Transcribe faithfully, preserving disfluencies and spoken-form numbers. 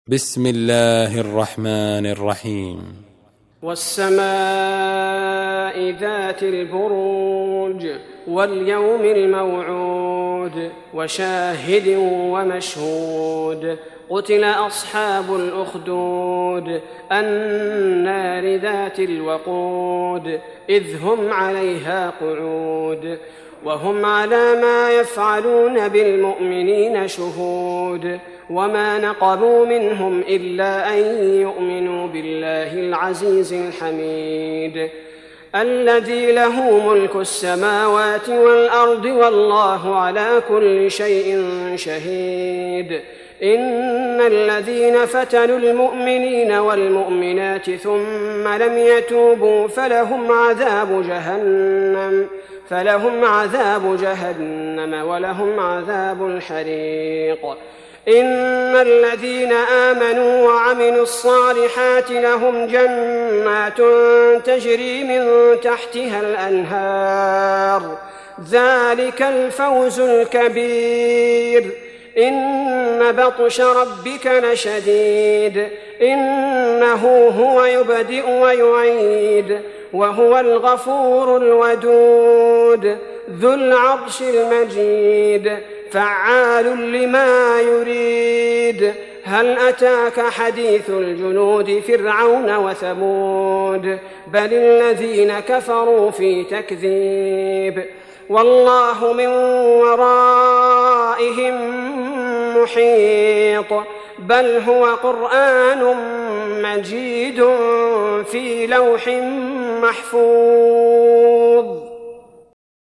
بسم الله الرحمن الرحيم. والسماء ذات البروج واليوم الموعود وشاهد ومشهود قتل أصحاب الأخدود النار ذات الوقود إذ هم عليها قعود وهم على ما يفعلون بالمؤمنين شهود وما نقموا منهم إلا أن يؤمنوا بالله العزيز الحميد الذي له ملك السماوات والأرض والله على كل شيء شهيد إن الذين فتنوا المؤمنين والمؤمنات ثم لم يتوبوا فلهم عذاب جهنم فلهم عذاب جهنم ولهم عذاب الحريق إن الذين آمنوا وعملوا الصالحات لهم جنات تجري من تحتها الأنهار ذلك الفوز الكبير إن بطش ربك لشديد إنه هو يبدئ ويعيد وهو الغفور الودود ذو العرش المجيد فعال لما يريد هل أتاك حديث الجنود فرعون وثمود بل الذين كفروا في تكذيب والله من ورائهم محيط بل هو قرآن مجيد في لوح محفوظ.